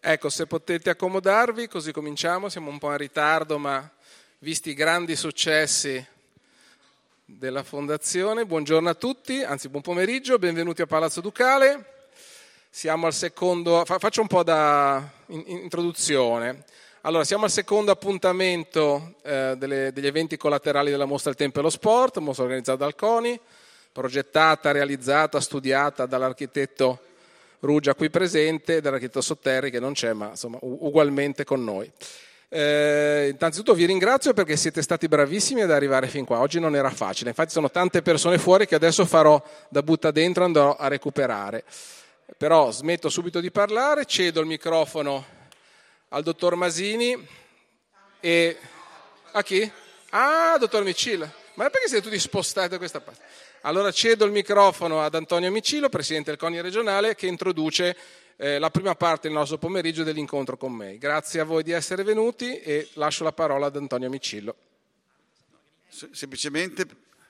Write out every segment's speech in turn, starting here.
Ecco, se potete accomodarvi, così cominciamo. Siamo un po' in ritardo, ma visti i grandi successi della Fondazione, buongiorno a tutti, anzi buon pomeriggio, benvenuti a Palazzo Ducale. Siamo al secondo, faccio un po' da introduzione. Allora, siamo al secondo appuntamento degli eventi collaterali della Mostra Il Tempo e lo Sport, mostra organizzata dal CONI, progettata, realizzata, studiata dall'architetto Rugia qui presente e dall'architetto Sotterri che non c'è, ma insomma ugualmente con noi. Innanzitutto vi ringrazio perché siete stati bravissimi ad arrivare fin qua. Oggi non era facile, infatti sono tante persone fuori che adesso farò da butta dentro e andrò a recuperare. Però smetto subito di parlare, cedo il microfono al dottor Masini e a chi? Ah, dottor Micillo. Ma perché siete tutti spostati da questa parte? Allora cedo il microfono ad Antonio Micillo, presidente del CONI regionale, che introduce la prima parte del nostro pomeriggio dell'incontro con me. Grazie a voi di essere venuti e lascio la parola ad Antonio Micillo. Semplicemente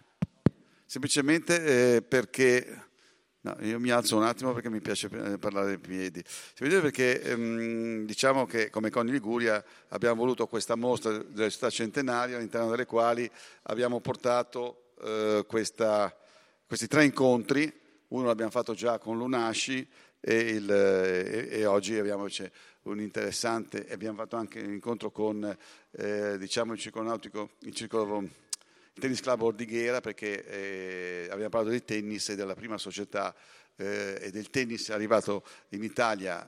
perché... No, io mi alzo un attimo perché mi piace parlare dei piedi. Perché diciamo che come CONI Liguria abbiamo voluto questa mostra delle città centenarie all'interno delle quali abbiamo portato questi 3 incontri. Uno l'abbiamo fatto già con l'UNASCI e oggi abbiamo un interessante, abbiamo fatto anche un incontro con il circolo nautico, il Tennis Club Bordighera, perché abbiamo parlato di tennis e della prima società e del tennis arrivato in Italia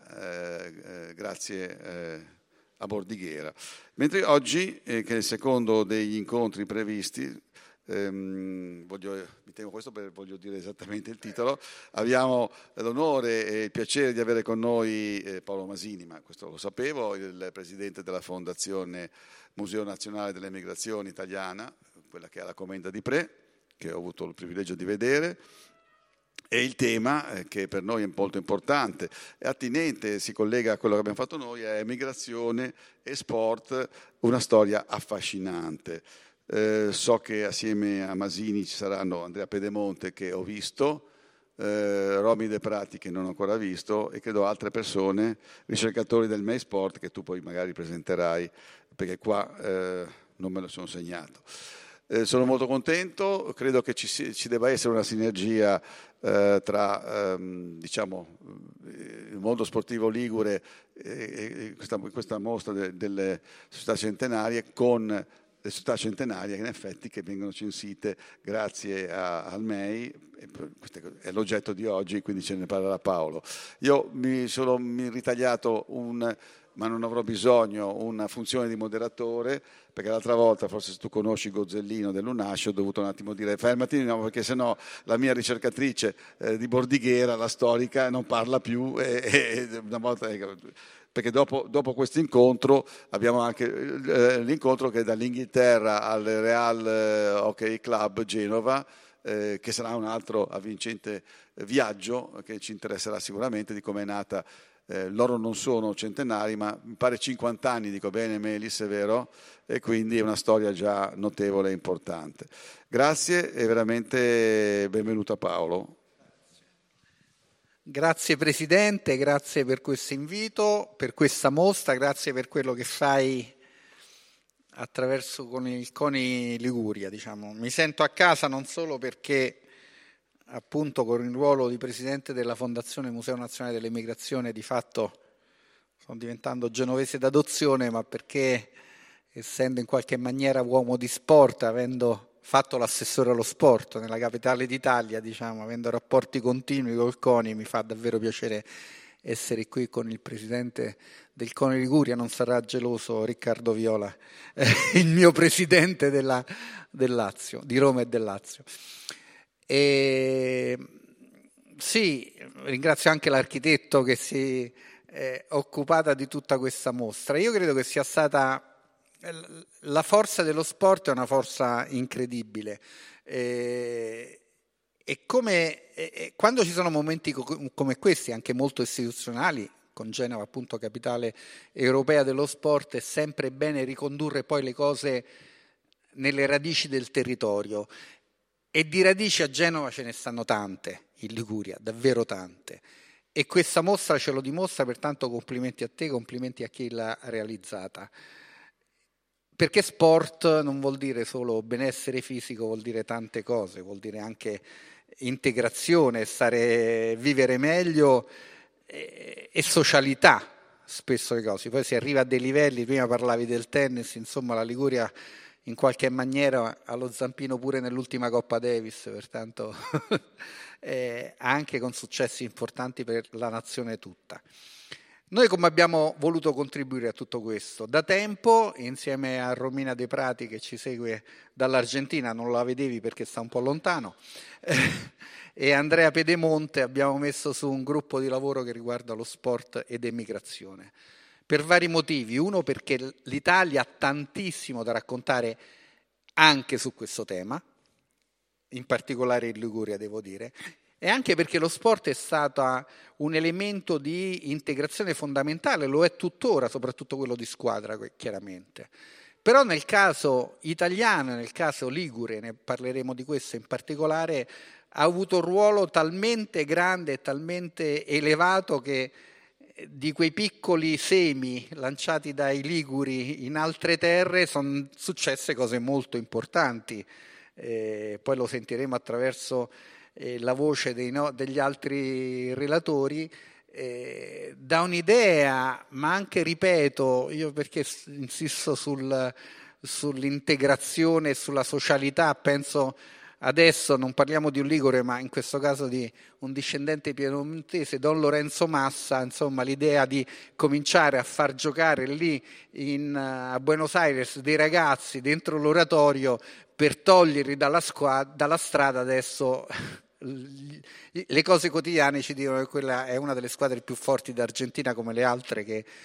grazie a Bordighera. Mentre oggi, che è il secondo degli incontri previsti, mi tengo questo perché voglio dire esattamente il titolo, abbiamo l'onore e il piacere di avere con noi Paolo Masini, ma questo lo sapevo, il presidente della Fondazione Museo Nazionale delle Migrazioni Italiana, quella che è la Comenda di Pre, che ho avuto il privilegio di vedere, e il tema che per noi è molto importante, è attinente, si collega a quello che abbiamo fatto noi, è migrazione e sport, una storia affascinante. So che assieme a Masini ci saranno Andrea Pedemonte, che ho visto, Romy De Prati, che non ho ancora visto, e credo altre persone, ricercatori del MEI Sport, che tu poi magari presenterai, perché qua non me lo sono segnato. Sono molto contento, credo che ci debba essere una sinergia tra il mondo sportivo ligure e questa mostra delle società centenarie con le società centenarie in effetti che vengono censite grazie al MEI, questo è l'oggetto di oggi, quindi ce ne parlerà Paolo. Io mi sono ritagliato ma non avrò bisogno, una funzione di moderatore, perché l'altra volta, forse se tu conosci Gozzellino dell'UNASCI, ho dovuto un attimo dire fermati, no, perché sennò la mia ricercatrice di Bordighera, la storica, non parla più una volta... Perché dopo questo incontro abbiamo anche l'incontro che è dall'Inghilterra al Real Hockey Club Genova, che sarà un altro avvincente viaggio che ci interesserà sicuramente di come è nata. Loro non sono centenari, ma mi pare 50 anni, dico bene Melis, è vero? E quindi è una storia già notevole e importante. Grazie e veramente benvenuto a Paolo. Grazie Presidente, grazie per questo invito, per questa mostra, grazie per quello che fai attraverso con il CONI Liguria. Diciamo. Mi sento a casa non solo perché appunto con il ruolo di Presidente della Fondazione Museo Nazionale delle Migrazioni di fatto sono diventando genovese d'adozione, ma perché essendo in qualche maniera uomo di sport, avendo fatto l'assessore allo sport nella capitale d'Italia, diciamo, avendo rapporti continui col CONI, mi fa davvero piacere essere qui con il presidente del CONI Liguria. Non sarà geloso Riccardo Viola, il mio presidente del Lazio, di Roma e del Lazio. Sì, ringrazio anche l'architetto che si è occupata di tutta questa mostra. Io credo che sia stata la forza dello sport, è una forza incredibile e quando ci sono momenti come questi, anche molto istituzionali, con Genova appunto capitale europea dello sport, è sempre bene ricondurre poi le cose nelle radici del territorio, e di radici a Genova ce ne stanno tante, in Liguria, davvero tante. E questa mostra ce lo dimostra, pertanto complimenti a te, complimenti a chi l'ha realizzata. Perché sport non vuol dire solo benessere fisico, vuol dire tante cose, vuol dire anche integrazione, vivere meglio e socialità, spesso le cose. Poi si arriva a dei livelli, prima parlavi del tennis, insomma la Liguria in qualche maniera ha lo zampino pure nell'ultima Coppa Davis, pertanto anche con successi importanti per la nazione tutta. Noi come abbiamo voluto contribuire a tutto questo? Da tempo, insieme a Romina De Prati che ci segue dall'Argentina, non la vedevi perché sta un po' lontano, e Andrea Pedemonte abbiamo messo su un gruppo di lavoro che riguarda lo sport ed emigrazione. Per vari motivi. Uno, perché l'Italia ha tantissimo da raccontare anche su questo tema, in particolare in Liguria devo dire, e anche perché lo sport è stato un elemento di integrazione fondamentale, lo è tuttora, soprattutto quello di squadra, chiaramente. Però nel caso italiano, nel caso ligure, ne parleremo di questo in particolare, ha avuto un ruolo talmente grande e talmente elevato che di quei piccoli semi lanciati dai liguri in altre terre sono successe cose molto importanti. Poi lo sentiremo attraverso la voce degli altri relatori, da un'idea, ma anche, ripeto, io perché insisto sull'integrazione e sulla socialità, penso adesso non parliamo di un ligure, ma in questo caso di un discendente piemontese, Don Lorenzo Massa, insomma l'idea di cominciare a far giocare lì a Buenos Aires dei ragazzi dentro l'oratorio per toglierli dalla strada, adesso le cose quotidiane ci dicono che quella è una delle squadre più forti d'Argentina, come le altre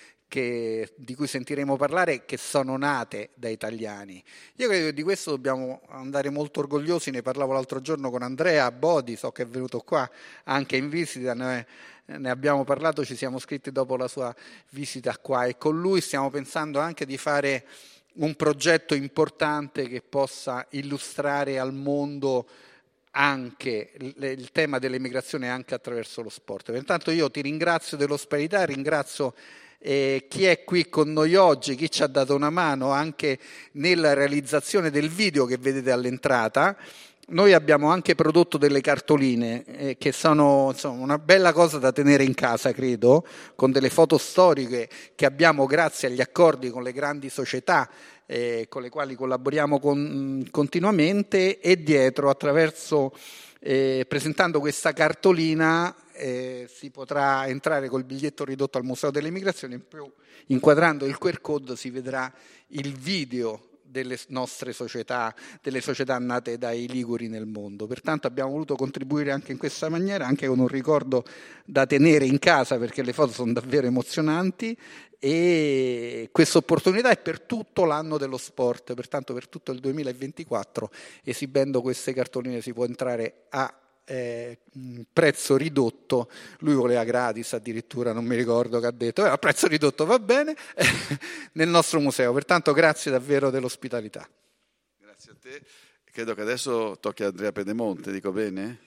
di cui sentiremo parlare, che sono nate da italiani. Io credo che di questo dobbiamo andare molto orgogliosi. Ne parlavo l'altro giorno con Andrea Bodi, so che è venuto qua anche in visita, ne abbiamo parlato, ci siamo scritti dopo la sua visita qua, e con lui stiamo pensando anche di fare un progetto importante che possa illustrare al mondo anche il tema dell'emigrazione anche attraverso lo sport. Pertanto io ti ringrazio dell'ospitalità, ringrazio chi è qui con noi oggi, chi ci ha dato una mano anche nella realizzazione del video che vedete all'entrata. Noi abbiamo anche prodotto delle cartoline che sono insomma una bella cosa da tenere in casa, credo, con delle foto storiche che abbiamo grazie agli accordi con le grandi società con le quali collaboriamo continuamente, e dietro attraverso presentando questa cartolina si potrà entrare col biglietto ridotto al Museo dell'Emigrazione, in più inquadrando il QR code si vedrà il video delle nostre società, delle società nate dai liguri nel mondo. Pertanto abbiamo voluto contribuire anche in questa maniera, anche con un ricordo da tenere in casa, perché le foto sono davvero emozionanti, e questa opportunità è per tutto l'anno dello sport, pertanto per tutto il 2024, esibendo queste cartoline si può entrare a prezzo ridotto. Lui voleva gratis addirittura, non mi ricordo che ha detto, a prezzo ridotto va bene, nel nostro museo. Pertanto grazie davvero dell'ospitalità. Grazie a te. Credo che adesso tocchi a Andrea Pedemonte, dico bene?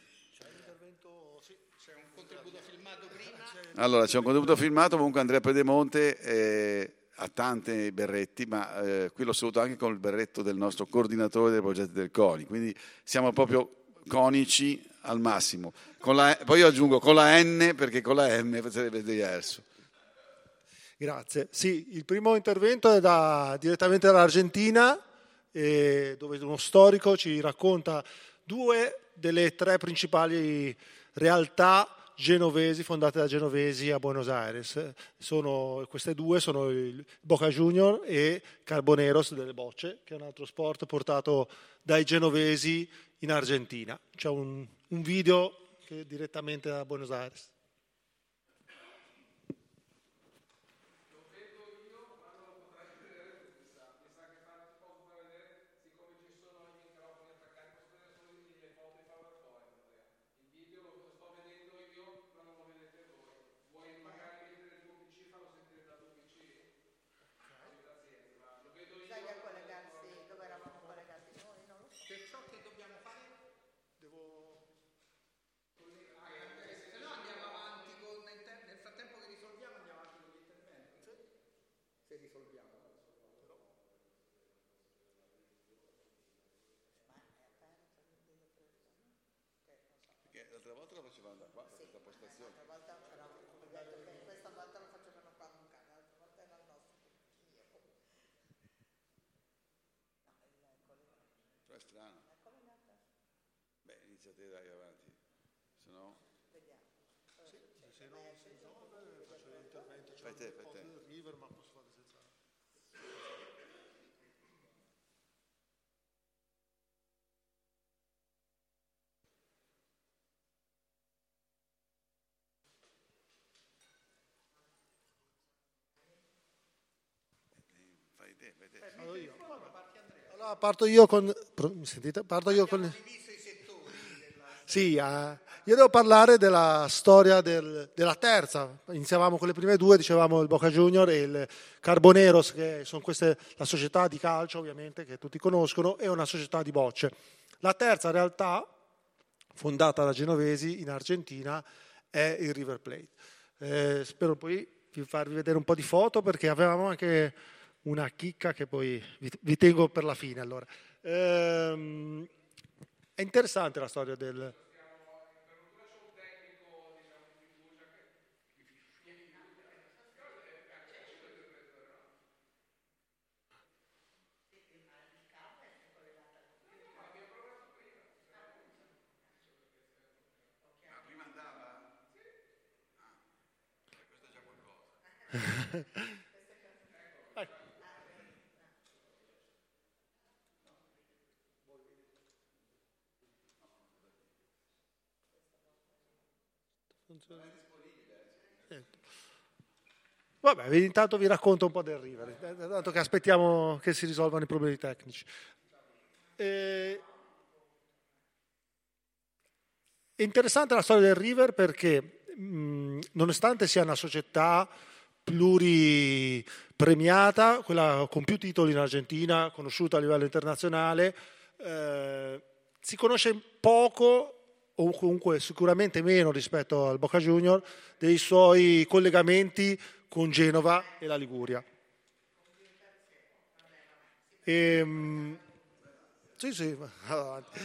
C'è un contributo filmato prima. Allora, c'è un contributo filmato, comunque Andrea Pedemonte ha tanti berretti, ma qui l'ho saluto anche con il berretto del nostro coordinatore dei progetti del CONI, quindi siamo proprio conici al massimo. Poi io aggiungo con la N, perché con la M sarebbe diverso. Grazie. Sì, il primo intervento è direttamente dall'Argentina, dove uno storico ci racconta 2 delle 3 principali realtà genovesi, fondate da genovesi a Buenos Aires. Queste 2 sono il Boca Junior e Carboneros delle Bocce, che è un altro sport portato dai genovesi in Argentina. C'è un video che è direttamente da Buenos Aires. Perché l'altra volta lo facevano da qua, da questa postazione. L'altra volta era come detto che questa volta lo facevano qua con calma, l'altra volta era il nostro. Però è strano. Beh, iniziate dai avanti, se no... Vediamo. Se no si risolve, faccio l'intervento. Fai te. Del River, ma posso fare senza... Fai te. Parto io. Allora parto io con... Mi sentite? Parto io con... Sì, io devo parlare della storia della terza. Iniziavamo con le prime due, dicevamo il Boca Junior e il Carboneros, che sono queste, la società di calcio ovviamente che tutti conoscono, e una società di bocce. La terza in realtà, fondata da genovesi in Argentina, è il River Plate. Spero poi di farvi vedere un po' di foto, perché avevamo anche una chicca che poi vi tengo per la fine. Allora. È interessante la storia del... Prima andava? Questo è già qualcosa. Vabbè, intanto vi racconto un po' del River, tanto che aspettiamo che si risolvano i problemi tecnici. È interessante la storia del River perché, nonostante sia una società pluripremiata, quella con più titoli in Argentina, conosciuta a livello internazionale, si conosce poco, o comunque sicuramente meno rispetto al Boca Junior, dei suoi collegamenti con Genova e la Liguria. Sì, avanti.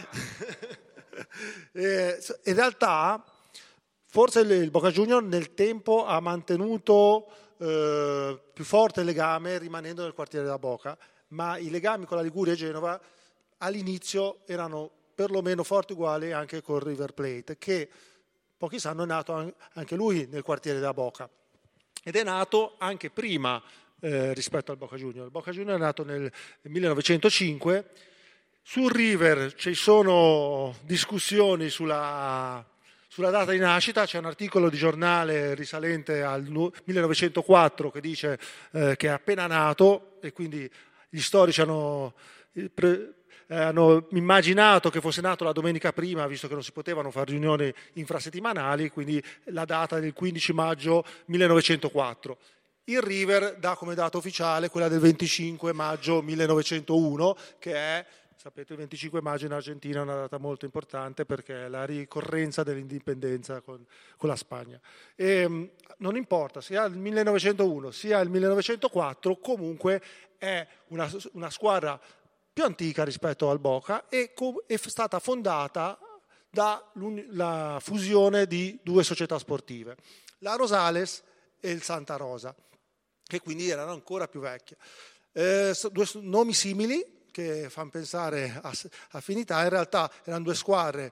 In realtà forse il Boca Junior nel tempo ha mantenuto più forte il legame rimanendo nel quartiere della Boca, ma i legami con la Liguria e Genova all'inizio erano perlomeno forti uguali anche con River Plate, che pochi sanno è nato anche lui nel quartiere della Boca, ed è nato anche prima rispetto al Boca Junior. Il Boca Junior è nato nel 1905. Sul River ci sono discussioni sulla data di nascita, c'è un articolo di giornale risalente al 1904 che dice che è appena nato, e quindi gli storici hanno immaginato che fosse nato la domenica prima, visto che non si potevano fare riunioni infrasettimanali, quindi la data del 15 maggio 1904. Il River dà come data ufficiale quella del 25 maggio 1901, che è, sapete, il 25 maggio in Argentina è una data molto importante perché è la ricorrenza dell'indipendenza con la Spagna. E non importa, sia il 1901 sia il 1904, comunque è una squadra più antica rispetto al Boca e è stata fondata dalla fusione di due società sportive, la Rosales e il Santa Rosa, che quindi erano ancora più vecchie. Due nomi simili che fanno pensare a affinità, in realtà erano due squadre.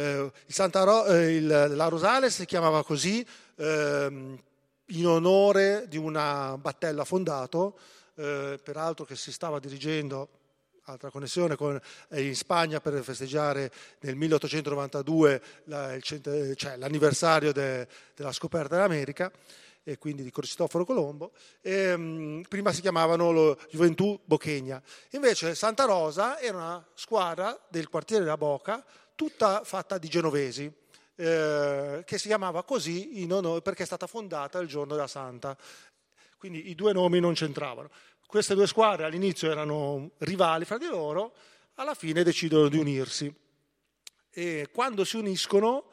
La Rosales si chiamava così in onore di una battella fondato, peraltro che si stava dirigendo, altra connessione, in Spagna per festeggiare nel 1892 l'anniversario della scoperta dell'America, e quindi di Cristoforo Colombo. Prima si chiamavano Juventud Boqueña. Invece Santa Rosa era una squadra del quartiere della Boca, tutta fatta di genovesi, che si chiamava così in onore perché è stata fondata il giorno della Santa. Quindi i due nomi non c'entravano. Queste due squadre all'inizio erano rivali fra di loro, alla fine decidono di unirsi. E quando si uniscono,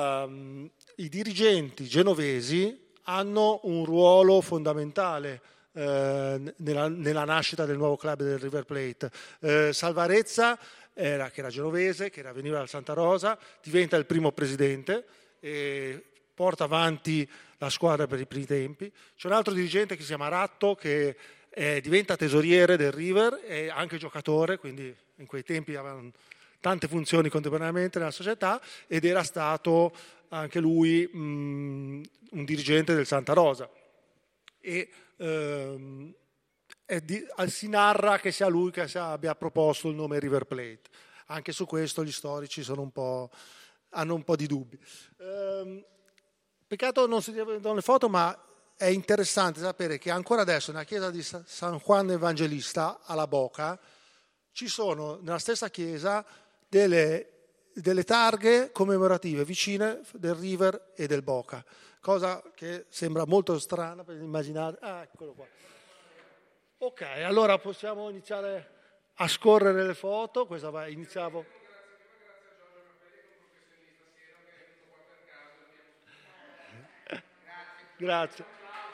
i dirigenti genovesi hanno un ruolo fondamentale nella nascita del nuovo club del River Plate. Salvarezza, che era genovese, veniva dal Santa Rosa, diventa il primo presidente e porta avanti la squadra per i primi tempi. C'è un altro dirigente che si chiama Ratto, che diventa tesoriere del River e anche giocatore, quindi in quei tempi avevano tante funzioni contemporaneamente nella società, ed era stato anche lui un dirigente del Santa Rosa. E si narra che sia lui che abbia proposto il nome River Plate. Anche su questo gli storici hanno un po' di dubbi. Peccato non si vedono le foto, ma è interessante sapere che ancora adesso nella chiesa di San Juan Evangelista alla Boca ci sono nella stessa chiesa delle targhe commemorative vicine del River e del Boca, cosa che sembra molto strana per immaginare. Eccolo qua. Ok, allora possiamo iniziare a scorrere le foto. Iniziamo. Grazie.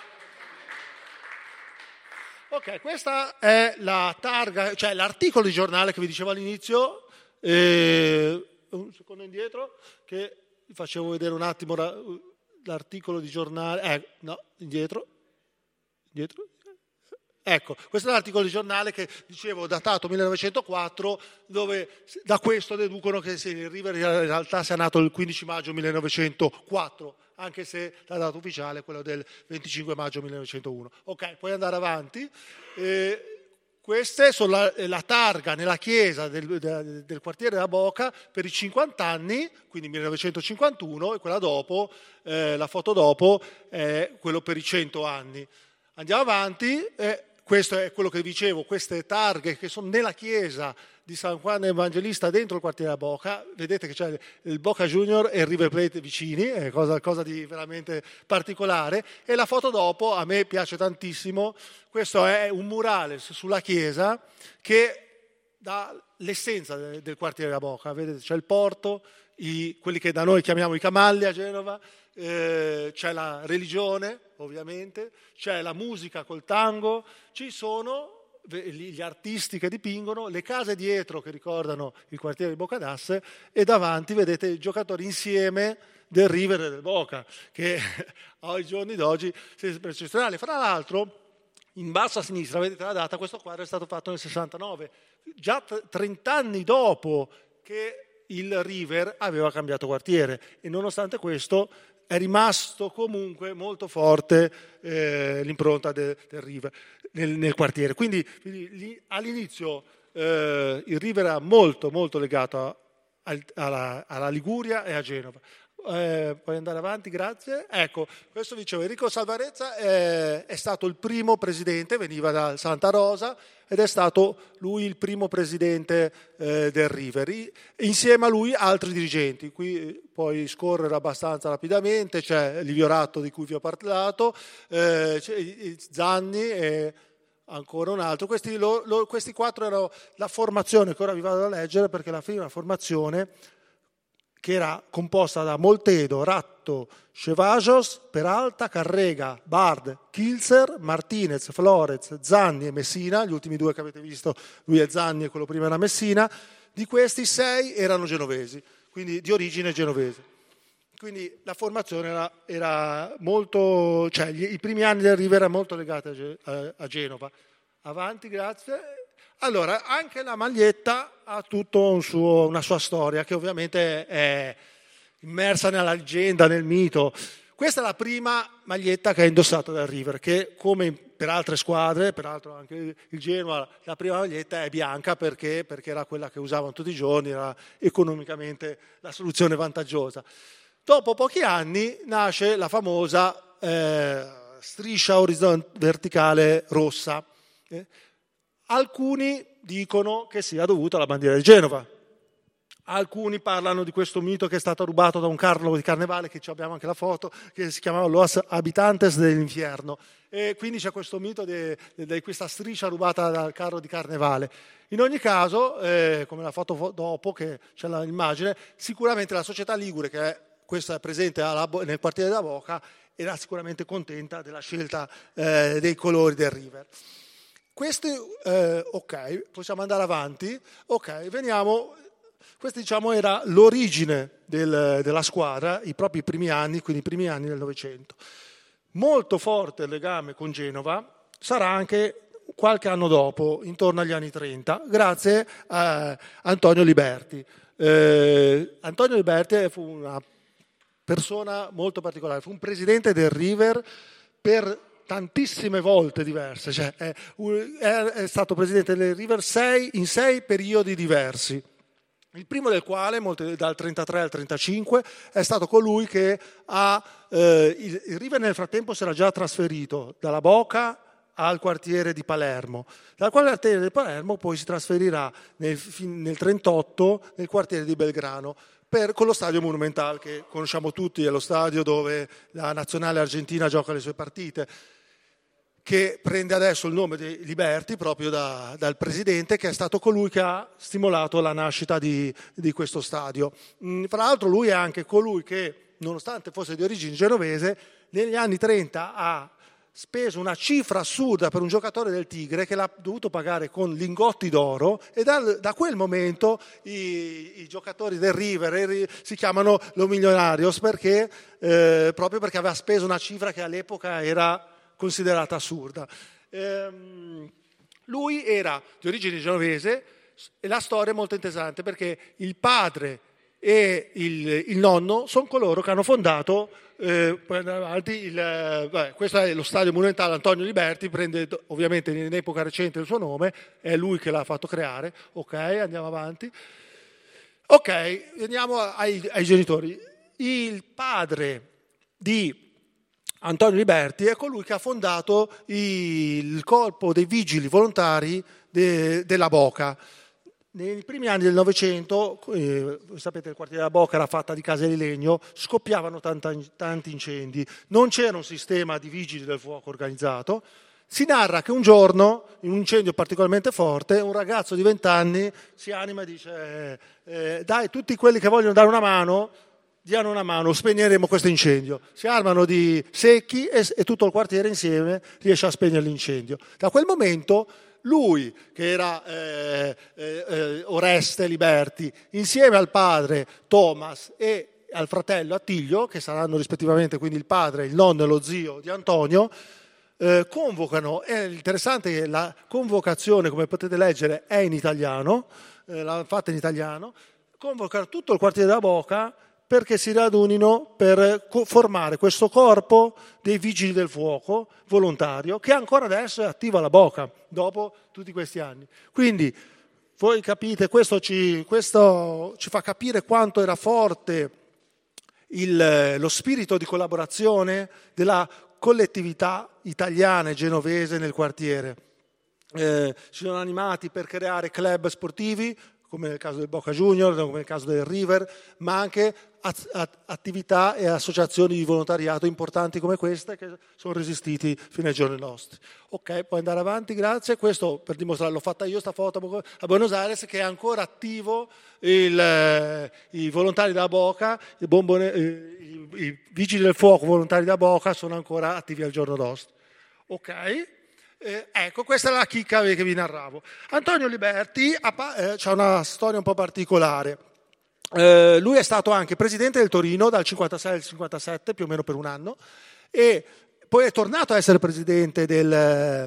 Ok, questa è la targa, cioè l'articolo di giornale che vi dicevo all'inizio, un secondo indietro, che vi facevo vedere un attimo l'articolo di giornale, no, indietro. Ecco, questo è l'articolo di giornale che dicevo datato 1904, dove da questo deducono che il River in realtà sia nato il 15 maggio 1904, anche se la data ufficiale è quella del 25 maggio 1901. Ok, puoi andare avanti. Queste sono la targa nella chiesa del quartiere della Boca per i 50 anni, quindi 1951, e quella dopo, la foto dopo, è quello per i 100 anni. Andiamo avanti. Questo è quello che dicevo, queste targhe che sono nella chiesa di San Juan Evangelista dentro il quartiere della Boca. Vedete che c'è il Boca Junior e il River Plate vicini, è cosa di veramente particolare. E la foto dopo a me piace tantissimo. Questo è un murale sulla chiesa che dà l'essenza del quartiere della Boca. Vedete, c'è il porto, quelli che da noi chiamiamo i camalli a Genova, c'è la religione, ovviamente, c'è la musica col tango, ci sono gli artisti che dipingono, le case dietro che ricordano il quartiere di Bocadasse, e davanti vedete i giocatori insieme del River e del Boca, che ai giorni d'oggi è eccezionale. Fra l'altro, in basso a sinistra vedete la data, questo quadro è stato fatto nel 69, già 30 anni dopo che il River aveva cambiato quartiere, e nonostante questo è rimasto comunque molto forte l'impronta del River nel quartiere. Quindi all'inizio il River era molto molto legato alla Liguria e a Genova. Puoi andare avanti, grazie. Ecco, questo dicevo, Enrico Salvarezza è stato il primo presidente, veniva da Santa Rosa, ed è stato lui il primo presidente del River. Insieme a lui altri dirigenti, qui puoi scorrere abbastanza rapidamente, c'è Livio Ratto di cui vi ho parlato, c'è Zanni e ancora un altro. Questi quattro erano la formazione che ora vi vado a leggere, perché alla fine è una formazione che era composta da Moltedo, Ratto, Chevajos, Peralta, Carrega, Bard, Kilzer, Martinez, Florez, Zanni e Messina. Gli ultimi due che avete visto, lui è Zanni e quello prima era Messina. Di questi 6 erano genovesi, quindi di origine genovese. Quindi la formazione era molto, cioè i primi anni del River erano molto legati a Genova. Avanti, grazie. Allora, anche la maglietta ha tutto una sua storia, che ovviamente è immersa nella leggenda, nel mito. Questa è la prima maglietta che è indossata dal River, che come per altre squadre, peraltro anche il Genoa, la prima maglietta è bianca perché era quella che usavano tutti i giorni, era economicamente la soluzione vantaggiosa. Dopo pochi anni nasce la famosa striscia verticale rossa. Alcuni dicono che sia dovuto alla bandiera di Genova. Alcuni parlano di questo mito che è stato rubato da un carro di carnevale, che abbiamo anche la foto, che si chiamava Los Habitantes dell'Infierno. E quindi c'è questo mito di questa striscia rubata dal carro di carnevale. In ogni caso, come la foto dopo, che c'è l'immagine, sicuramente la società ligure, questa è presente nel quartiere della Boca, era sicuramente contenta della scelta dei colori del River. Ok, possiamo andare avanti. Ok, veniamo. Questa diciamo era l'origine della squadra, i propri primi anni, quindi i primi anni del Novecento. Molto forte il legame con Genova sarà anche qualche anno dopo, intorno agli anni 30, grazie a Antonio Liberti. Antonio Liberti fu una persona molto particolare, fu un presidente del River per tantissime volte diverse, cioè è stato presidente del River in 6 periodi diversi. Il primo del quale, dal 33 al 35, è stato colui che il River nel frattempo si era già trasferito dalla Boca al quartiere di Palermo. Dal quartiere di Palermo poi si trasferirà nel 38 nel quartiere di Belgrano con lo stadio Monumental, che conosciamo tutti, è lo stadio dove la nazionale argentina gioca le sue partite, che prende adesso il nome di Liberti proprio dal presidente, che è stato colui che ha stimolato la nascita di questo stadio. Fra l'altro lui è anche colui che, nonostante fosse di origine genovese, negli anni 30 ha speso una cifra assurda per un giocatore del Tigre che l'ha dovuto pagare con lingotti d'oro, e da quel momento i giocatori del River si chiamano Los Millonarios, proprio perché aveva speso una cifra che all'epoca era considerata assurda. Lui era di origine genovese e la storia è molto interessante perché il padre e il nonno sono coloro che hanno fondato questo è lo stadio monumentale. Antonio Liberti prende ovviamente in epoca recente il suo nome, è lui che l'ha fatto creare. Ok, andiamo avanti. Ok, veniamo ai genitori. Il padre di Antonio Liberti è colui che ha fondato il corpo dei vigili volontari della Boca. Nei primi anni del Novecento, sapete, il quartiere della Boca era fatta di case di legno, scoppiavano tanti incendi, non c'era un sistema di vigili del fuoco organizzato. Si narra che un giorno, in un incendio particolarmente forte, un ragazzo di 20 anni si anima e dice dai, tutti quelli che vogliono dare una mano, diano una mano, spegneremo questo incendio. Si armano di secchi e tutto il quartiere insieme riesce a spegnere l'incendio. Da quel momento lui, che era Oreste Liberti, insieme al padre Thomas e al fratello Attilio, che saranno rispettivamente quindi il padre, il nonno e lo zio di Antonio, convocano. È interessante che la convocazione, come potete leggere, è in italiano, l'hanno fatta in italiano, convocano tutto il quartiere della Boca perché si radunino per formare questo corpo dei vigili del fuoco volontario, che ancora adesso è attivo alla Boca, dopo tutti questi anni. Quindi, voi capite, questo ci fa capire quanto era forte lo spirito di collaborazione della collettività italiana e genovese nel quartiere. Si sono animati per creare club sportivi, come nel caso del Boca Junior, come nel caso del River, ma anche attività e associazioni di volontariato importanti come queste che sono resistiti fino ai giorni nostri. Ok, puoi andare avanti, grazie. Questo per dimostrare, l'ho fatta io sta foto a Buenos Aires, che è ancora attivo i volontari della Boca, i vigili del fuoco volontari della Boca sono ancora attivi al giorno nostro. Ok. Ecco, questa è la chicca che vi narravo. Antonio Liberti c'ha una storia un po' particolare. Lui è stato anche presidente del Torino dal 56 al 57, più o meno per un anno, e poi è tornato a essere presidente del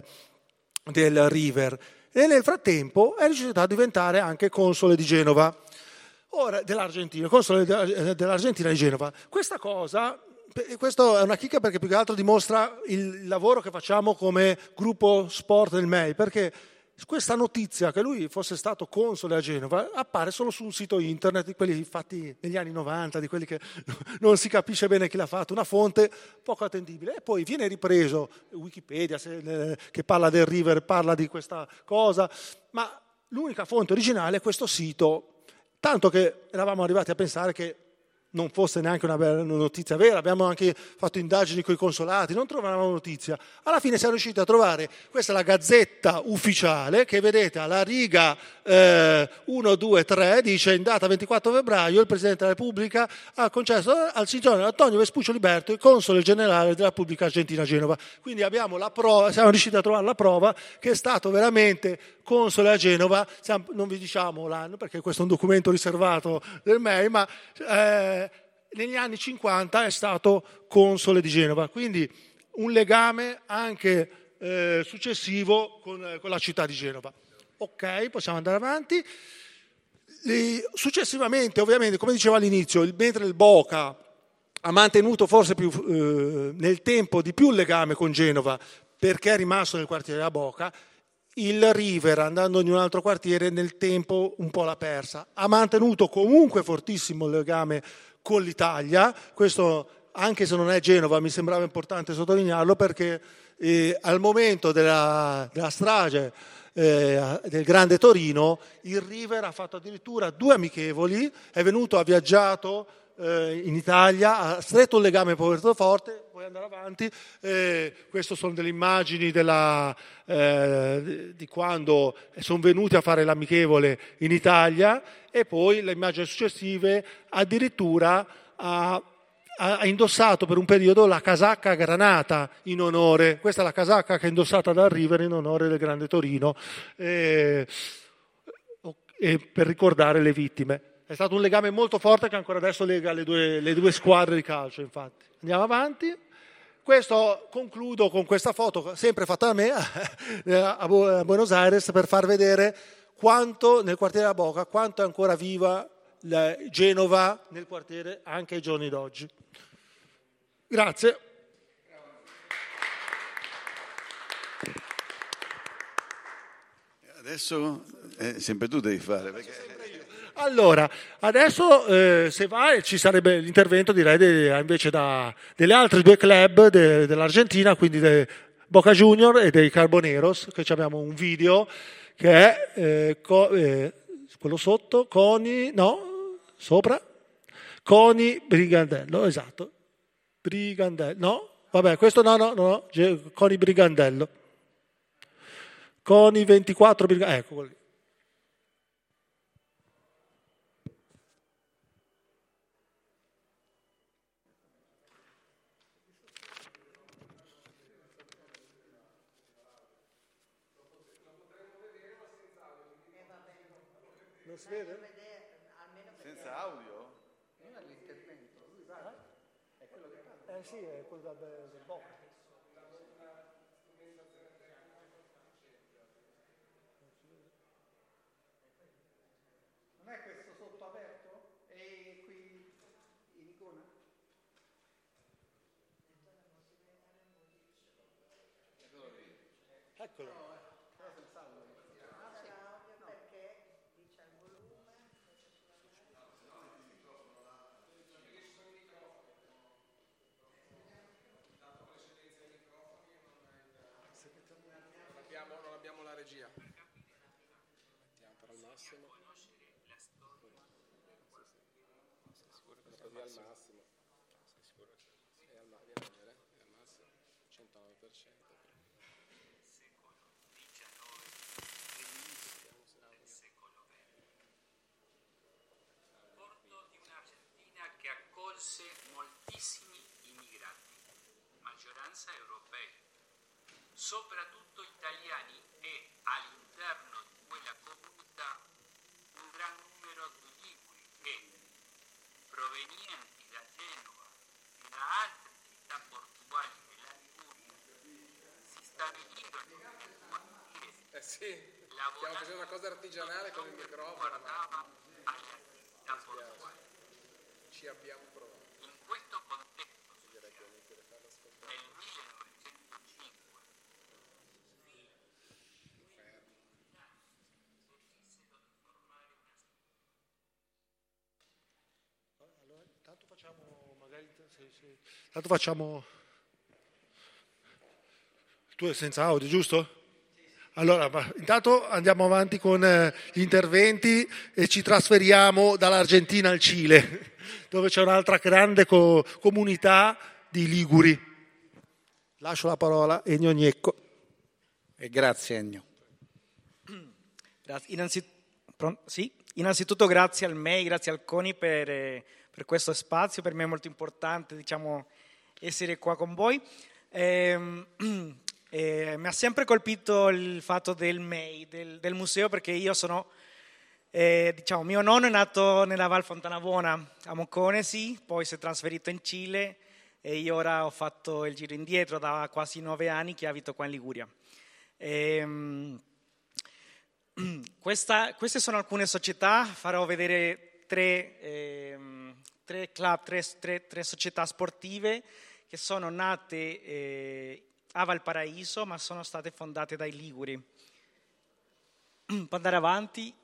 River, e nel frattempo è riuscito a diventare anche console di Genova, dell'Argentina, console dell'Argentina di Genova. Questa è una chicca perché più che altro dimostra il lavoro che facciamo come gruppo sport del MEI, perché questa notizia che lui fosse stato console a Genova appare solo su un sito internet di quelli fatti negli anni 90, di quelli che non si capisce bene chi l'ha fatto, una fonte poco attendibile, e poi viene ripreso Wikipedia che parla del River, parla di questa cosa, ma l'unica fonte originale è questo sito, tanto che eravamo arrivati a pensare che non fosse neanche una notizia vera. Abbiamo anche fatto indagini con i consolati, non trovavamo notizia. Alla fine siamo riusciti a trovare, questa è la Gazzetta Ufficiale, che vedete alla riga 1, 2, 3, dice: in data 24 febbraio il Presidente della Repubblica ha concesso al signor Antonio Vespuccio Liberto, il console generale della Repubblica Argentina a Genova. Quindi abbiamo la prova, siamo riusciti a trovare la prova che è stato veramente console a Genova. Non vi diciamo l'anno perché questo è un documento riservato del MEI, ma negli anni 50 è stato console di Genova, quindi un legame anche successivo con la città di Genova. Ok, possiamo andare avanti. Successivamente, ovviamente, come dicevo all'inizio, mentre il Boca ha mantenuto forse più nel tempo di più il legame con Genova perché è rimasto nel quartiere della Boca, il River, andando in un altro quartiere, nel tempo un po' l'ha persa. Ha mantenuto comunque fortissimo il legame con l'Italia, questo anche se non è Genova mi sembrava importante sottolinearlo, perché al momento della strage del Grande Torino il River ha fatto addirittura 2 amichevoli, è venuto, ha viaggiato in Italia, ha stretto un legame molto forte. Puoi andare avanti. Queste sono delle immagini di quando sono venuti a fare l'amichevole in Italia, e poi le immagini successive addirittura ha indossato per un periodo la casacca granata in onore. Questa è la casacca che è indossata dal River in onore del Grande Torino, e per ricordare le vittime. È stato un legame molto forte che ancora adesso lega le due squadre di calcio, infatti. Andiamo avanti. Questo concludo con questa foto, sempre fatta da me a Buenos Aires, per far vedere quanto nel quartiere della Boca, quanto è ancora viva Genova nel quartiere anche ai giorni d'oggi. Grazie. Adesso sempre tu devi fare. Perché... Allora, adesso se vai ci sarebbe l'intervento, direi, invece delle altre 2 club dell'Argentina, quindi Boca Junior e dei Carboneros, che abbiamo un video che è quello sotto, sopra, Coni Brigandello, esatto, Brigandello, no, vabbè, questo no, Coni Brigandello, Coni 24 Brigandello, ecco quello lì. Non si vede? Senza audio? Sì, è quello del Boca. Non è questo sotto aperto? E qui in icona? Eccolo. Non abbiamo la regia. Mettiamo per al massimo. Sei sicuro che così al massimo? Sei sicuro che è al massimo? È al massimo? 109%. Secolo XIX del secolo XX. Porto di un'Argentina che accolse moltissimi immigrati, maggioranza europei, soprattutto italiani, e all'interno di quella comunità un gran numero di liguri che, provenienti da Genova e da altre città portuali della Liguria, si stabilirono nel quartiere. Sì, stiamo facendo una cosa artigianale con il microfono. Guardava alle attività portuali. Ci abbiamo provato. In questo contesto, Direi che è inutile farlo ascoltare. nel 1905, Tanto facciamo, magari, tanto facciamo, tu è senza audio, giusto? Allora, ma intanto andiamo avanti con gli interventi e ci trasferiamo dall'Argentina al Cile, dove c'è un'altra grande comunità di liguri. Lascio la parola a Ennio Gnecco. E grazie Ennio. Innanzitutto grazie al MEI, grazie al CONI per questo spazio, per me è molto importante essere qua con voi. Mi ha sempre colpito il fatto del MEI, del museo, perché io sono, mio nonno è nato nella Val Fontanabuona a Moconesi, poi si è trasferito in Cile e io ora ho fatto il giro indietro da quasi 9 anni che abito qua in Liguria. Queste sono alcune società, farò vedere tre club, tre società sportive che sono nate a Valparaíso, ma sono state fondate dai liguri. Può andare avanti?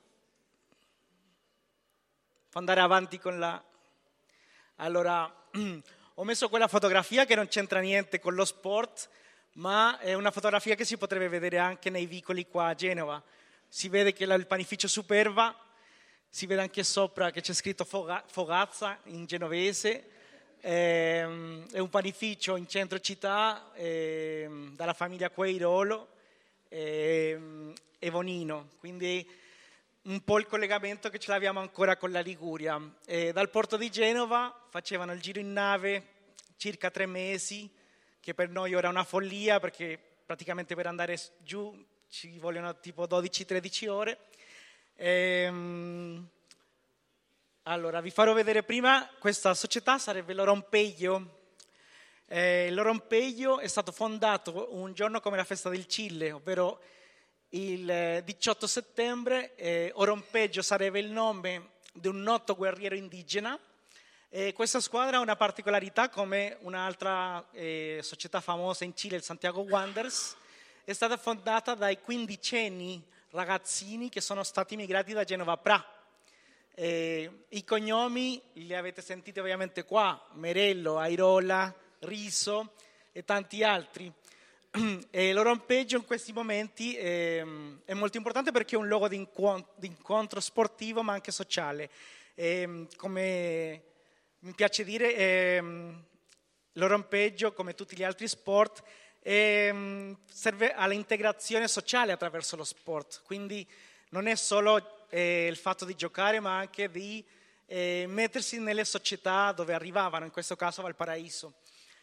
Può andare avanti con la... Allora, ho messo quella fotografia che non c'entra niente con lo sport, ma è una fotografia che si potrebbe vedere anche nei vicoli qua a Genova. Si vede che il panificio Superba, si vede anche sopra che c'è scritto Fogazza in genovese. È un panificio in centro città dalla famiglia Queirolo e Vonino, quindi un po' il collegamento che ce l'abbiamo ancora con la Liguria. Dal porto di Genova facevano il giro in nave circa 3 mesi, che per noi ora è una follia perché praticamente per andare giù ci vogliono tipo 12-13 ore. Allora, vi farò vedere prima, questa società sarebbe l'Oronpeyo. L'Oronpeyo è stato fondato un giorno come la festa del Cile, ovvero il 18 settembre. Oronpeyo sarebbe il nome di un noto guerriero indigena. Questa squadra ha una particolarità, come un'altra società famosa in Cile, il Santiago Wanderers. È stata fondata dai 15enni ragazzini che sono stati migrati da Genova a Pra. I cognomi li avete sentiti ovviamente qua: Merello, Airola, Riso e tanti altri. L'Oronpeyo in questi momenti è molto importante perché è un luogo di incontro sportivo ma anche sociale. Come mi piace dire, l'Oronpeyo, come tutti gli altri sport, serve all'integrazione sociale attraverso lo sport, quindi non è solo il fatto di giocare, ma anche di mettersi nelle società dove arrivavano, in questo caso Valparaíso.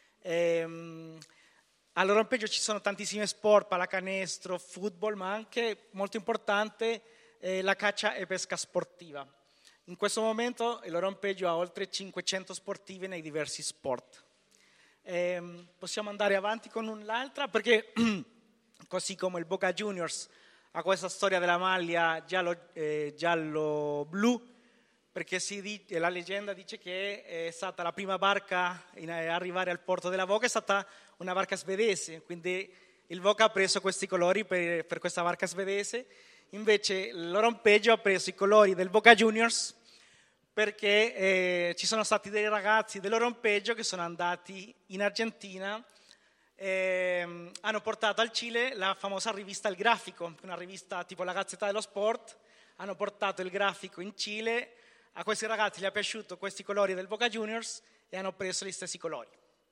All'Oronpeyo ci sono tantissimi sport, pallacanestro, football, ma anche molto importante la caccia e pesca sportiva. In questo momento l'Oronpeyo ha oltre 500 sportivi nei diversi sport. Possiamo andare avanti con l'altra, perché così come il Boca Juniors ha questa storia della maglia giallo-blu, perché la leggenda dice che è stata la prima barca a arrivare al porto della Boca, è stata una barca svedese, quindi il Boca ha preso questi colori per questa barca svedese. Invece l'Oronpeyo ha preso i colori del Boca Juniors perché ci sono stati dei ragazzi dell'Oronpeyo che sono andati in Argentina, hanno portato al Cile la famosa rivista Il Grafico, una rivista tipo la Gazzetta dello Sport. Hanno portato il grafico in Cile, a questi ragazzi gli è piaciuto questi colori del Boca Juniors e hanno preso gli stessi colori.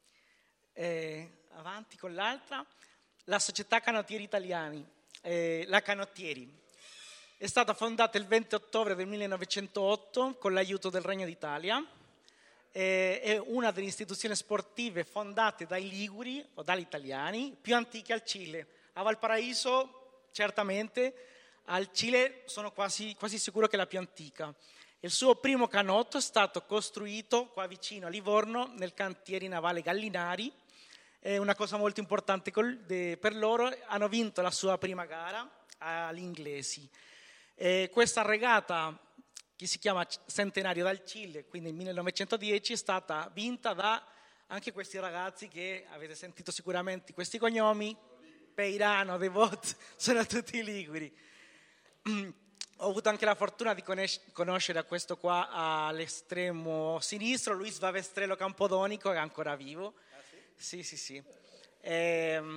Avanti con l'altra, la società Canottieri Italiani, la Canottieri. È stata fondata il 20 ottobre del 1908 con l'aiuto del Regno d'Italia. È una delle istituzioni sportive fondate dai liguri o dagli italiani più antiche al Cile. A Valparaíso, certamente, al Cile sono quasi sicuro che è la più antica. Il suo primo canotto è stato costruito qua vicino a Livorno nel cantiere navale Gallinari. È una cosa molto importante per loro. Hanno vinto la sua prima gara agli inglesi. Questa regata, che si chiama Centenario dal Cile, quindi nel 1910, è stata vinta da anche questi ragazzi che avete sentito sicuramente questi cognomi: Peirano, Devot, sono tutti liguri. Ho avuto anche la fortuna di conoscere a questo qua all'estremo sinistro, Luis Vavestrello Campodonico, che è ancora vivo. Sì.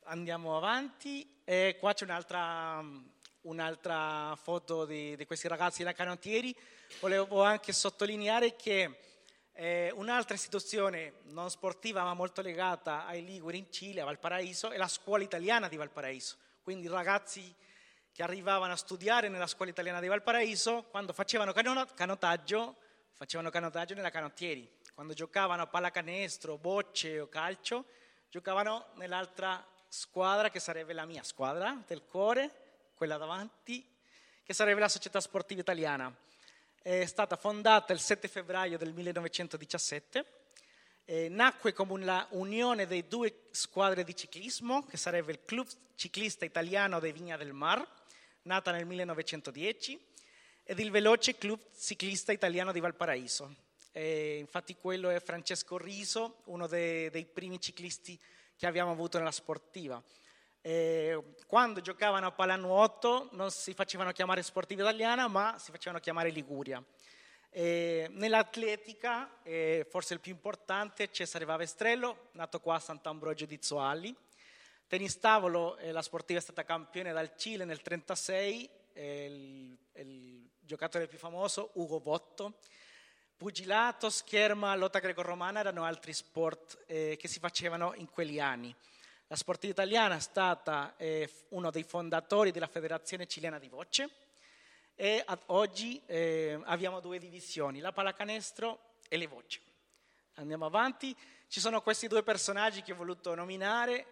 Andiamo avanti. E qua c'è un'altra foto di questi ragazzi da canottieri. Volevo anche sottolineare che un'altra istituzione non sportiva ma molto legata ai Liguri in Cile, a Valparaíso, è la scuola italiana di Valparaíso. Quindi i ragazzi che arrivavano a studiare nella scuola italiana di Valparaíso, quando facevano canottaggio nella canottieri. Quando giocavano a pallacanestro, bocce o calcio, giocavano nell'altra squadra che sarebbe la mia squadra del cuore, quella davanti, che sarebbe la Società Sportiva Italiana. È stata fondata il 7 febbraio del 1917, nacque come una unione dei due squadre di ciclismo, che sarebbe il Club Ciclista Italiano de Viña del Mar, nata nel 1910, ed il Veloce Club Ciclista Italiano di Valparaíso. Infatti quello è Francesco Riso, uno dei primi ciclisti che abbiamo avuto nella sportiva. Quando giocavano a pallanuoto non si facevano chiamare Sportiva Italiana, ma si facevano chiamare Liguria. Nell'atletica, forse il più importante, Cesare Vavestrello, nato qua a Sant'Ambrogio di Zoalli. Tennis tavolo, la sportiva è stata campione dal Cile nel 1936, il giocatore più famoso Ugo Botto. Pugilato, scherma, lotta greco-romana erano altri sport che si facevano in quegli anni. La Sportiva Italiana è stata uno dei fondatori della Federazione Cilena di Bocce e ad oggi abbiamo due divisioni, la pallacanestro e le bocce. Andiamo avanti. Ci sono questi due personaggi che ho voluto nominare.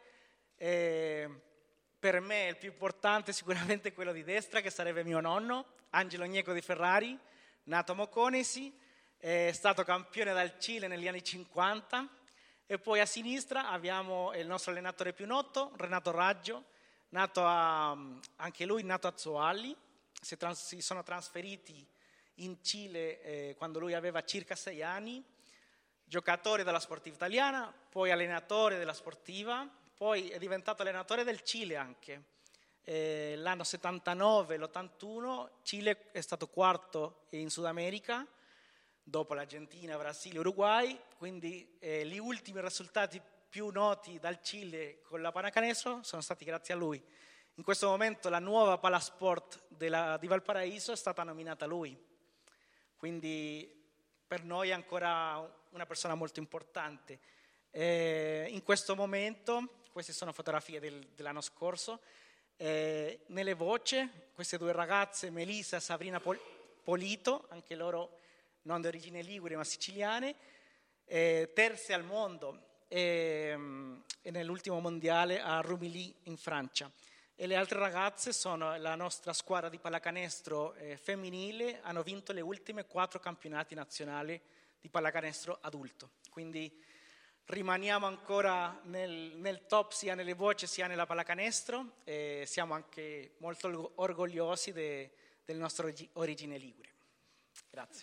Per me il più importante è sicuramente quello di destra, che sarebbe mio nonno, Angelo Gnecco di Ferrari, nato a Moconesi, è stato campione dal Cile negli anni 50. E poi a sinistra abbiamo il nostro allenatore più noto, Renato Raggio, anche lui nato a Zoalli. Si sono trasferiti in Cile quando lui aveva circa 6 anni, giocatore della Sportiva Italiana, poi allenatore della Sportiva, poi è diventato allenatore del Cile anche. L'anno 79, l'81, Cile è stato quarto in Sud America, dopo l'Argentina, Brasile, Uruguay, quindi gli ultimi risultati più noti dal Cile con la pallacanestro sono stati grazie a lui. In questo momento la nuova Palasport di Valparaíso è stata nominata a lui, quindi per noi è ancora una persona molto importante. In questo momento, queste sono fotografie dell'anno scorso, nelle bocce queste due ragazze, Melissa e Sabrina Polito, anche loro non di origine ligure ma siciliane, terze al mondo e nell'ultimo mondiale a Rumilly in Francia. E le altre ragazze sono la nostra squadra di pallacanestro femminile, hanno vinto le ultime 4 campionati nazionali di pallacanestro adulto. Quindi rimaniamo ancora nel top sia nelle bocce sia nella pallacanestro e siamo anche molto orgogliosi del nostro origine ligure. Grazie.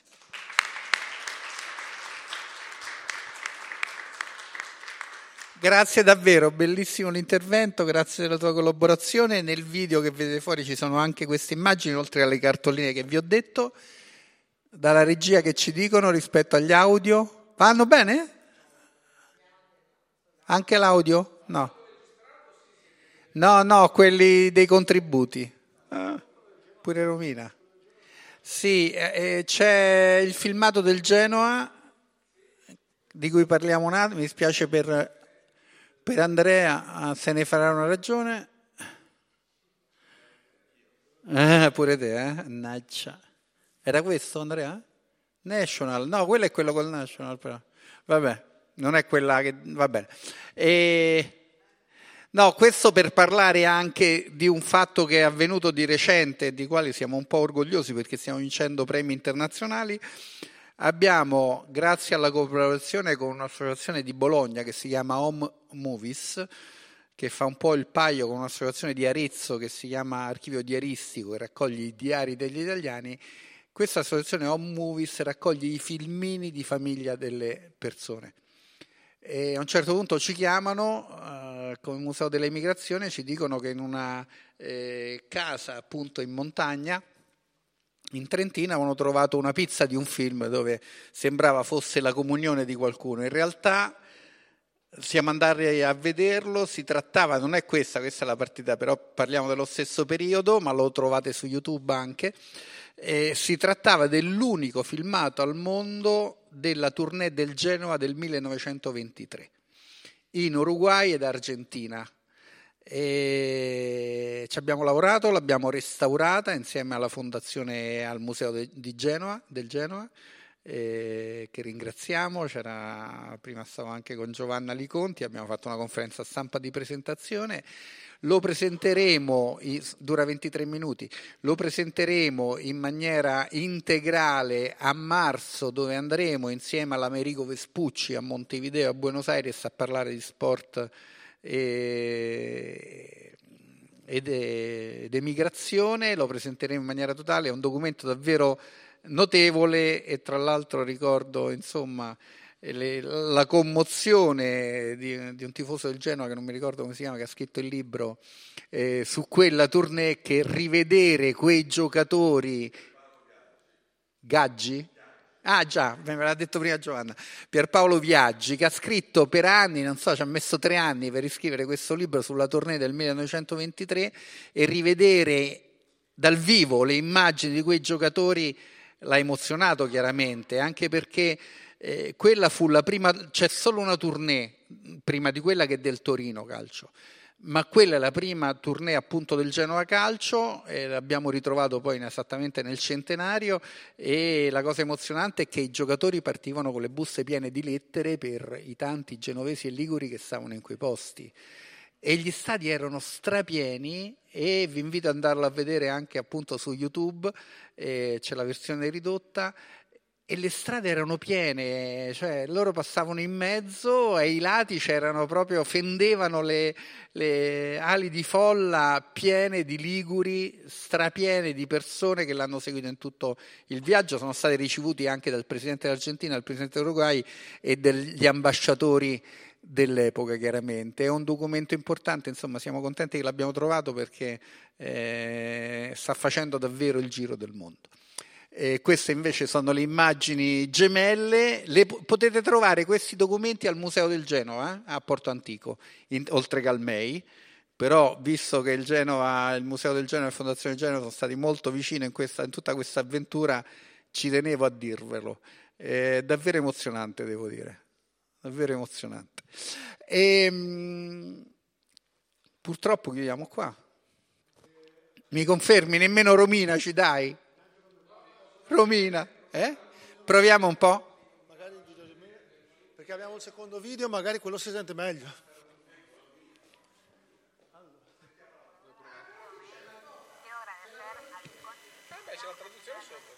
Grazie davvero, bellissimo l'intervento, grazie della tua collaborazione. Nel video che vedete fuori ci sono anche queste immagini, oltre alle cartoline che vi ho detto, dalla regia che ci dicono rispetto agli audio. Vanno bene? Anche l'audio? No. No, quelli dei contributi. Pure Romina. Sì, c'è il filmato del Genoa, di cui parliamo un attimo, mi spiace per Andrea, se ne farà una ragione. Pure te, Annaccia. Era questo, Andrea? National? No, quello è quello col National, però. Vabbè, non è quella che... va bene. No, questo per parlare anche di un fatto che è avvenuto di recente e di quale siamo un po' orgogliosi perché stiamo vincendo premi internazionali. Abbiamo, grazie alla collaborazione con un'associazione di Bologna che si chiama Home Movies, che fa un po' il paio con un'associazione di Arezzo che si chiama Archivio Diaristico, che raccoglie i diari degli italiani. Questa associazione Home Movies raccoglie i filmini di famiglia delle persone. E a un certo punto ci chiamano come Museo dell'Emigrazione, ci dicono che in una casa appunto in montagna in Trentino avevano trovato una pizza di un film dove sembrava fosse la comunione di qualcuno. In realtà siamo andati a vederlo, si trattava, non è questa è la partita, però parliamo dello stesso periodo, ma lo trovate su YouTube anche. Si trattava dell'unico filmato al mondo della tournée del Genoa del 1923, in Uruguay ed Argentina. Ci abbiamo lavorato, l'abbiamo restaurata insieme alla fondazione, al museo del Genoa, che ringraziamo. Prima stavo anche con Giovanna Liconti, abbiamo fatto una conferenza stampa di presentazione. Lo presenteremo, dura 23 minuti, lo presenteremo in maniera integrale a marzo, dove andremo insieme all'Americo Vespucci a Montevideo, a Buenos Aires, a parlare di sport ed emigrazione. Lo presenteremo in maniera totale, è un documento davvero notevole, e tra l'altro ricordo la commozione di un tifoso del Genoa, che non mi ricordo come si chiama, che ha scritto il libro su quella tournée, che rivedere quei giocatori. Gaggi? Ah già, me l'ha detto prima Giovanna, Pierpaolo Viaggi, che ha scritto per anni, non so, ci ha messo 3 anni per riscrivere questo libro sulla tournée del 1923, e rivedere dal vivo le immagini di quei giocatori l'ha emozionato chiaramente, anche perché quella fu la prima, c'è solo una tournée prima di quella, che è del Torino Calcio, ma quella è la prima tournée appunto del Genoa Calcio, l'abbiamo ritrovato poi esattamente nel centenario, e la cosa emozionante è che i giocatori partivano con le buste piene di lettere per i tanti genovesi e liguri che stavano in quei posti, e gli stadi erano strapieni, e vi invito ad andarlo a vedere anche appunto su YouTube, c'è la versione ridotta, e le strade erano piene, cioè loro passavano in mezzo, e ai lati c'erano proprio, fendevano le ali di folla piene di liguri, strapiene di persone che l'hanno seguito in tutto il viaggio. Sono stati ricevuti anche dal presidente dell'Argentina, dal presidente dell'Uruguay e degli ambasciatori dell'epoca, chiaramente. È un documento importante, insomma siamo contenti che l'abbiamo trovato, perché sta facendo davvero il giro del mondo. Queste invece sono le immagini gemelle. Potete trovare questi documenti al Museo del Genova, a Porto Antico, oltre che al MEI, però visto che il Museo del Genova e la Fondazione del Genova sono stati molto vicini in tutta questa avventura, ci tenevo a dirvelo. È davvero emozionante, devo dire, davvero emozionante. Purtroppo chiudiamo qua. Mi confermi? Nemmeno Romina ci dai? Romina, proviamo un po'? Magari il video perché abbiamo il secondo video, magari quello si sente meglio. C'è la traduzione sopra.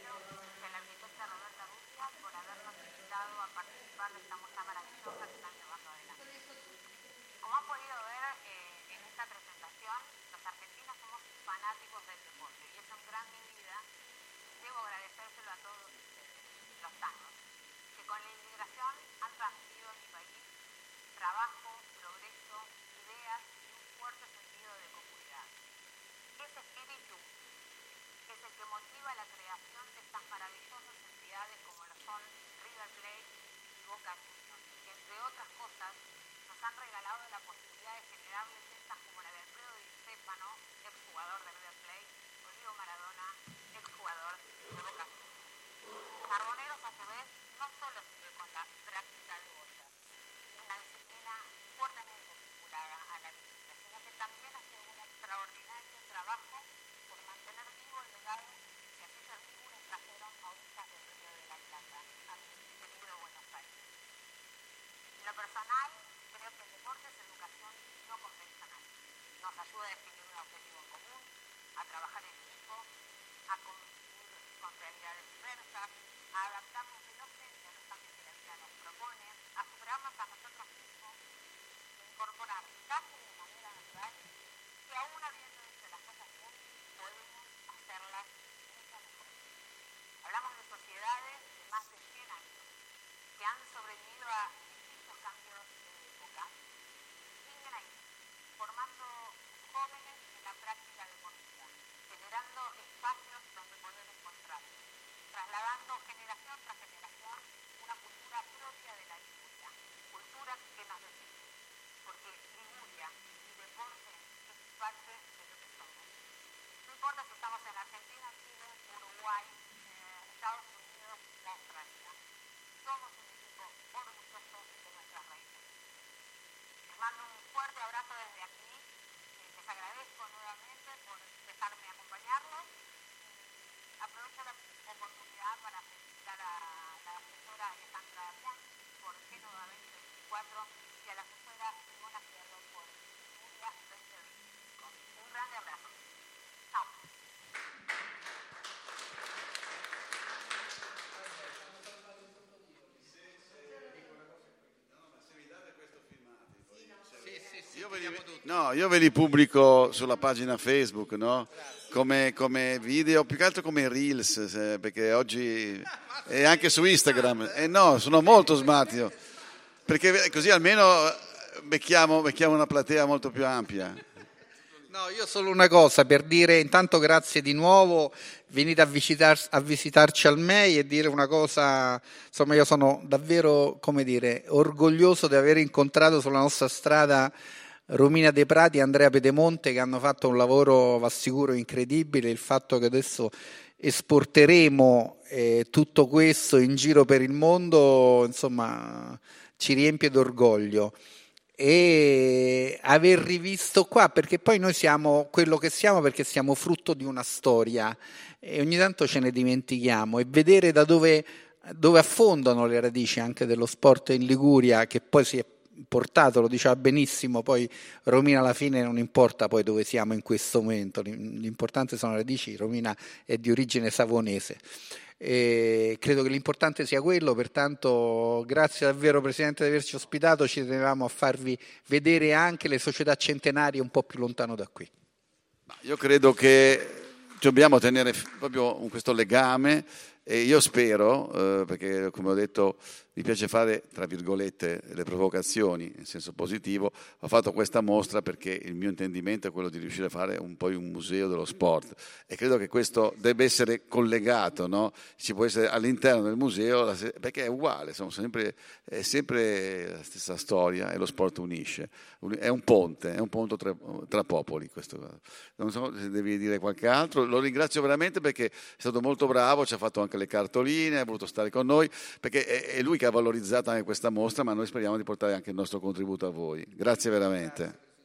Como han podido ver en esta presentación, los argentinos somos fanáticos del deporte, y eso en gran medida debo agradecérselo a todos ustedes, los tanos, que con la inmigración han transmitido en mi país trabajo, progreso, ideas y un fuerte sentido de comunidad. Ese espíritu es el que motiva la creación de estas maravillosas entidades como lo son River Plate y Boca Juniors, que entre otras cosas nos han regalado la posibilidad de generarles gestas como la de Alfredo Di Stefano, exjugador de River Plate, o Diego Maradona, exjugador de Boca Juniors. Carboneros, a su vez, no solo sigue con la práctica de botas, una disciplina fuertemente vinculada a la vida, sino que también hace un extraordinario trabajo por mantener vivo el legado que aquellas figuras trajeron a orillas del Río de la Plata, a mi querido Buenos Aires. En lo personal, creo que el deporte es educación no convencional. Nos ayuda a definir un objetivo en común, a trabajar en equipo, a convivir con realidades diversas, a adaptarnos velozmente a los cambios que la vida nos propone, a superarnos a nosotros mismos, a incorporar casi de manera natural que aún habiendo hecho las cosas bien, podemos hacerlas mucho mejor. Hablamos de sociedades de más de 100 años que han sobrevivido a distintos cambios de época. Siguen ahí, formando jóvenes en la práctica deportiva, generando espacios donde importa si estamos en Argentina, Chile, Uruguay, Estados Unidos o Australia. Somos un equipo orgulloso de nuestras raíces. Les mando un fuerte abrazo desde aquí. Les agradezco nuevamente por dejarme acompañarlos. Aprovecho la oportunidad para felicitar a la asesora Alejandra Bian por Génova 2024 y a la asesora Simona Fierro por Liguria 2025. Un grande abrazo. Chao. Io ve li pubblico sulla pagina Facebook, no? Come video, più che altro come Reels, perché oggi è anche su Instagram. No, sono molto smart, perché così almeno becchiamo una platea molto più ampia. No, io solo una cosa per dire, intanto grazie di nuovo, venite a visitarci al MEI e dire una cosa, insomma io sono davvero, come dire, orgoglioso di aver incontrato sulla nostra strada Romina De Prati e Andrea Pedemonte che hanno fatto un lavoro, vi assicuro, incredibile. Il fatto che adesso esporteremo tutto questo in giro per il mondo, insomma, ci riempie d'orgoglio. E aver rivisto qua, perché poi noi siamo quello che siamo perché siamo frutto di una storia e ogni tanto ce ne dimentichiamo, e vedere da dove affondano le radici anche dello sport in Liguria, che poi si è portato, lo diceva benissimo poi Romina, alla fine non importa poi dove siamo in questo momento, l'importante sono le radici. Romina è di origine savonese. E credo che l'importante sia quello, pertanto grazie davvero Presidente di averci ospitato, ci tenevamo a farvi vedere anche le società centenarie un po' più lontano da qui. Io credo che dobbiamo tenere proprio questo legame e io spero, perché come ho detto mi piace fare tra virgolette le provocazioni in senso positivo, ho fatto questa mostra perché il mio intendimento è quello di riuscire a fare un museo dello sport e credo che questo debba essere collegato, no? Ci può essere all'interno del museo, perché è uguale, è sempre la stessa storia e lo sport unisce, è un ponte tra popoli. Questo. Non so se devi dire qualche altro, lo ringrazio veramente perché è stato molto bravo, ci ha fatto anche le cartoline, ha voluto stare con noi, perché è lui che ha valorizzato anche questa mostra, ma noi speriamo di portare anche il nostro contributo a voi. Grazie veramente.